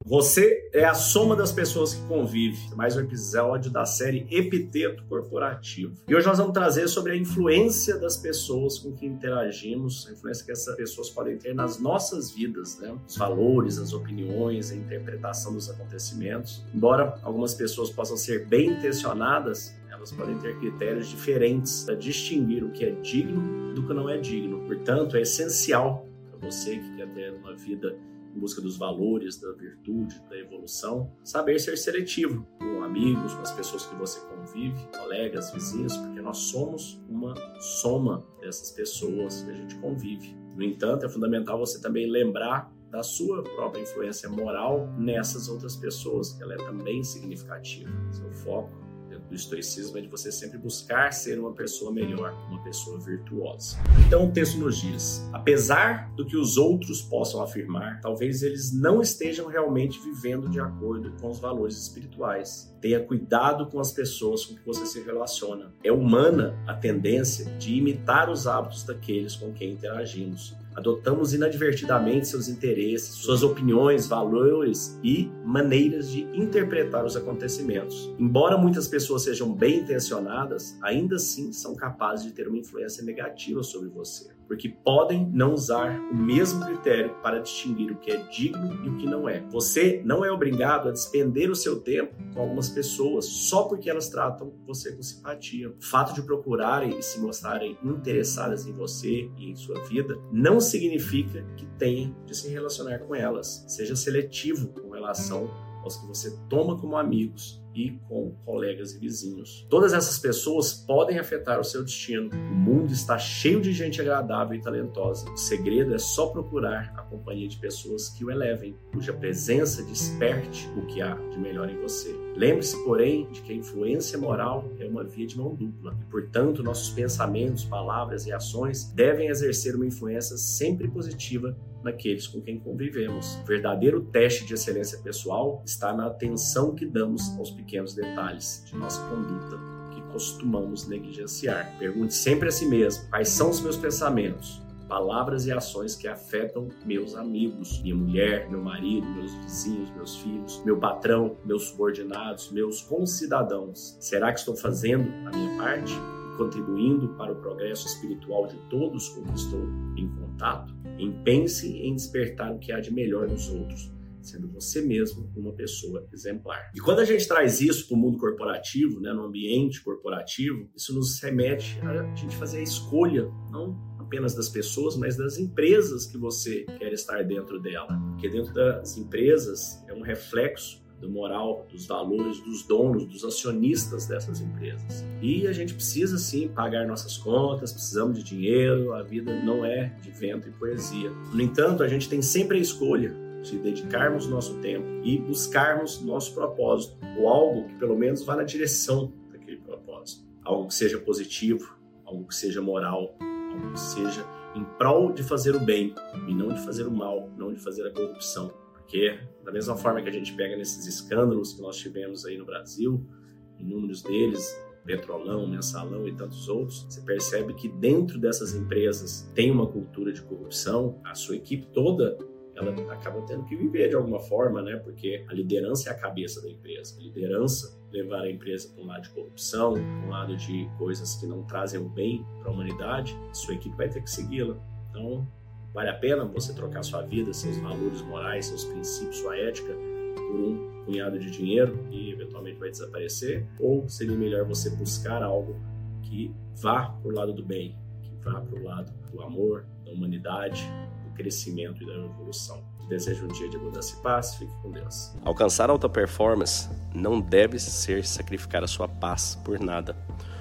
Você é a soma das pessoas que convive. Mais um episódio da série Epiteto Corporativo. E hoje nós vamos trazer sobre a influência das pessoas com que interagimos, a influência que essas pessoas podem ter nas nossas vidas, né? Os valores, as opiniões, a interpretação dos acontecimentos. Embora algumas pessoas possam ser bem intencionadas, elas podem ter critérios diferentes para distinguir o que é digno do que não é digno. Portanto, é essencial para você que quer ter uma vida em busca dos valores, da virtude, da evolução, saber ser seletivo com amigos, com as pessoas que você convive, colegas, vizinhos, porque nós somos uma soma dessas pessoas que a gente convive. No entanto, é fundamental você também lembrar da sua própria influência moral nessas outras pessoas, que ela é também significativa. Seu foco do estoicismo é de você sempre buscar ser uma pessoa melhor, uma pessoa virtuosa. Então o texto nos diz: apesar do que os outros possam afirmar, talvez eles não estejam realmente vivendo de acordo com os valores espirituais. Tenha cuidado com as pessoas com que você se relaciona. É humana a tendência de imitar os hábitos daqueles com quem interagimos. Adotamos inadvertidamente seus interesses, suas opiniões, valores e maneiras de interpretar os acontecimentos. Embora muitas pessoas sejam bem intencionadas, ainda assim são capazes de ter uma influência negativa sobre você, porque podem não usar o mesmo critério para distinguir o que é digno e o que não é. Você não é obrigado a despender o seu tempo com algumas pessoas só porque elas tratam você com simpatia. O fato de procurarem e se mostrarem interessadas em você e em sua vida não significa que tenha de se relacionar com elas. Seja seletivo com relação aos que você toma como amigos e com colegas e vizinhos. Todas essas pessoas podem afetar o seu destino. O mundo está cheio de gente agradável e talentosa. O segredo é só procurar a companhia de pessoas que o elevem, cuja presença desperte o que há de melhor em você. Lembre-se, porém, de que a influência moral é uma via de mão dupla e, portanto, nossos pensamentos, palavras e ações devem exercer uma influência sempre positiva naqueles com quem convivemos. O verdadeiro teste de excelência pessoal está na atenção que damos aos pequenos detalhes de nossa conduta que costumamos negligenciar. Pergunte sempre a si mesmo: quais são os meus pensamentos, palavras e ações que afetam meus amigos, minha mulher, meu marido, meus vizinhos, meus filhos, meu patrão, meus subordinados, meus concidadãos? Será que estou fazendo a minha parte e contribuindo para o progresso espiritual de todos com que estou em contato? Pense em despertar o que há de melhor nos outros, sendo você mesmo uma pessoa exemplar. E quando a gente traz isso para o mundo corporativo, né, no ambiente corporativo, isso nos remete a gente fazer a escolha, não apenas das pessoas, mas das empresas que você quer estar dentro dela. Porque dentro das empresas é um reflexo do moral, dos valores dos donos, dos acionistas dessas empresas. E a gente precisa sim pagar nossas contas, precisamos de dinheiro, a vida não é de vento e poesia. No entanto, a gente tem sempre a escolha de dedicarmos nosso tempo e buscarmos nosso propósito, ou algo que pelo menos vá na direção daquele propósito. Algo que seja positivo, algo que seja moral, algo que seja em prol de fazer o bem e não de fazer o mal, não de fazer a corrupção. Porque da mesma forma que a gente pega nesses escândalos que nós tivemos aí no Brasil, inúmeros deles, Petrolão, Mensalão e tantos outros, você percebe que dentro dessas empresas tem uma cultura de corrupção, a sua equipe toda ela acaba tendo que viver de alguma forma, né? Porque a liderança é a cabeça da empresa. A liderança levar a empresa para um lado de corrupção, para um lado de coisas que não trazem o bem para a humanidade, a sua equipe vai ter que segui-la. Então, vale a pena você trocar sua vida, seus valores morais, seus princípios, sua ética por um punhado de dinheiro que eventualmente vai desaparecer? Ou seria melhor você buscar algo que vá para o lado do bem, que vá para o lado do amor, da humanidade, do crescimento e da evolução? Desejo um dia de abundância e paz. Fique com Deus. Alcançar alta performance não deve ser sacrificar a sua paz por nada.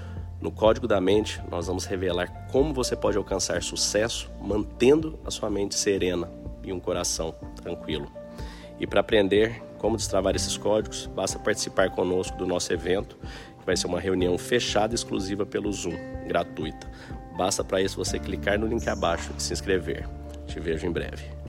No Código da Mente, nós vamos revelar como você pode alcançar sucesso mantendo a sua mente serena e um coração tranquilo. E para aprender como destravar esses códigos, basta participar conosco do nosso evento, que vai ser uma reunião fechada exclusiva pelo Zoom, gratuita. Basta para isso você clicar no link abaixo e se inscrever. Te vejo em breve.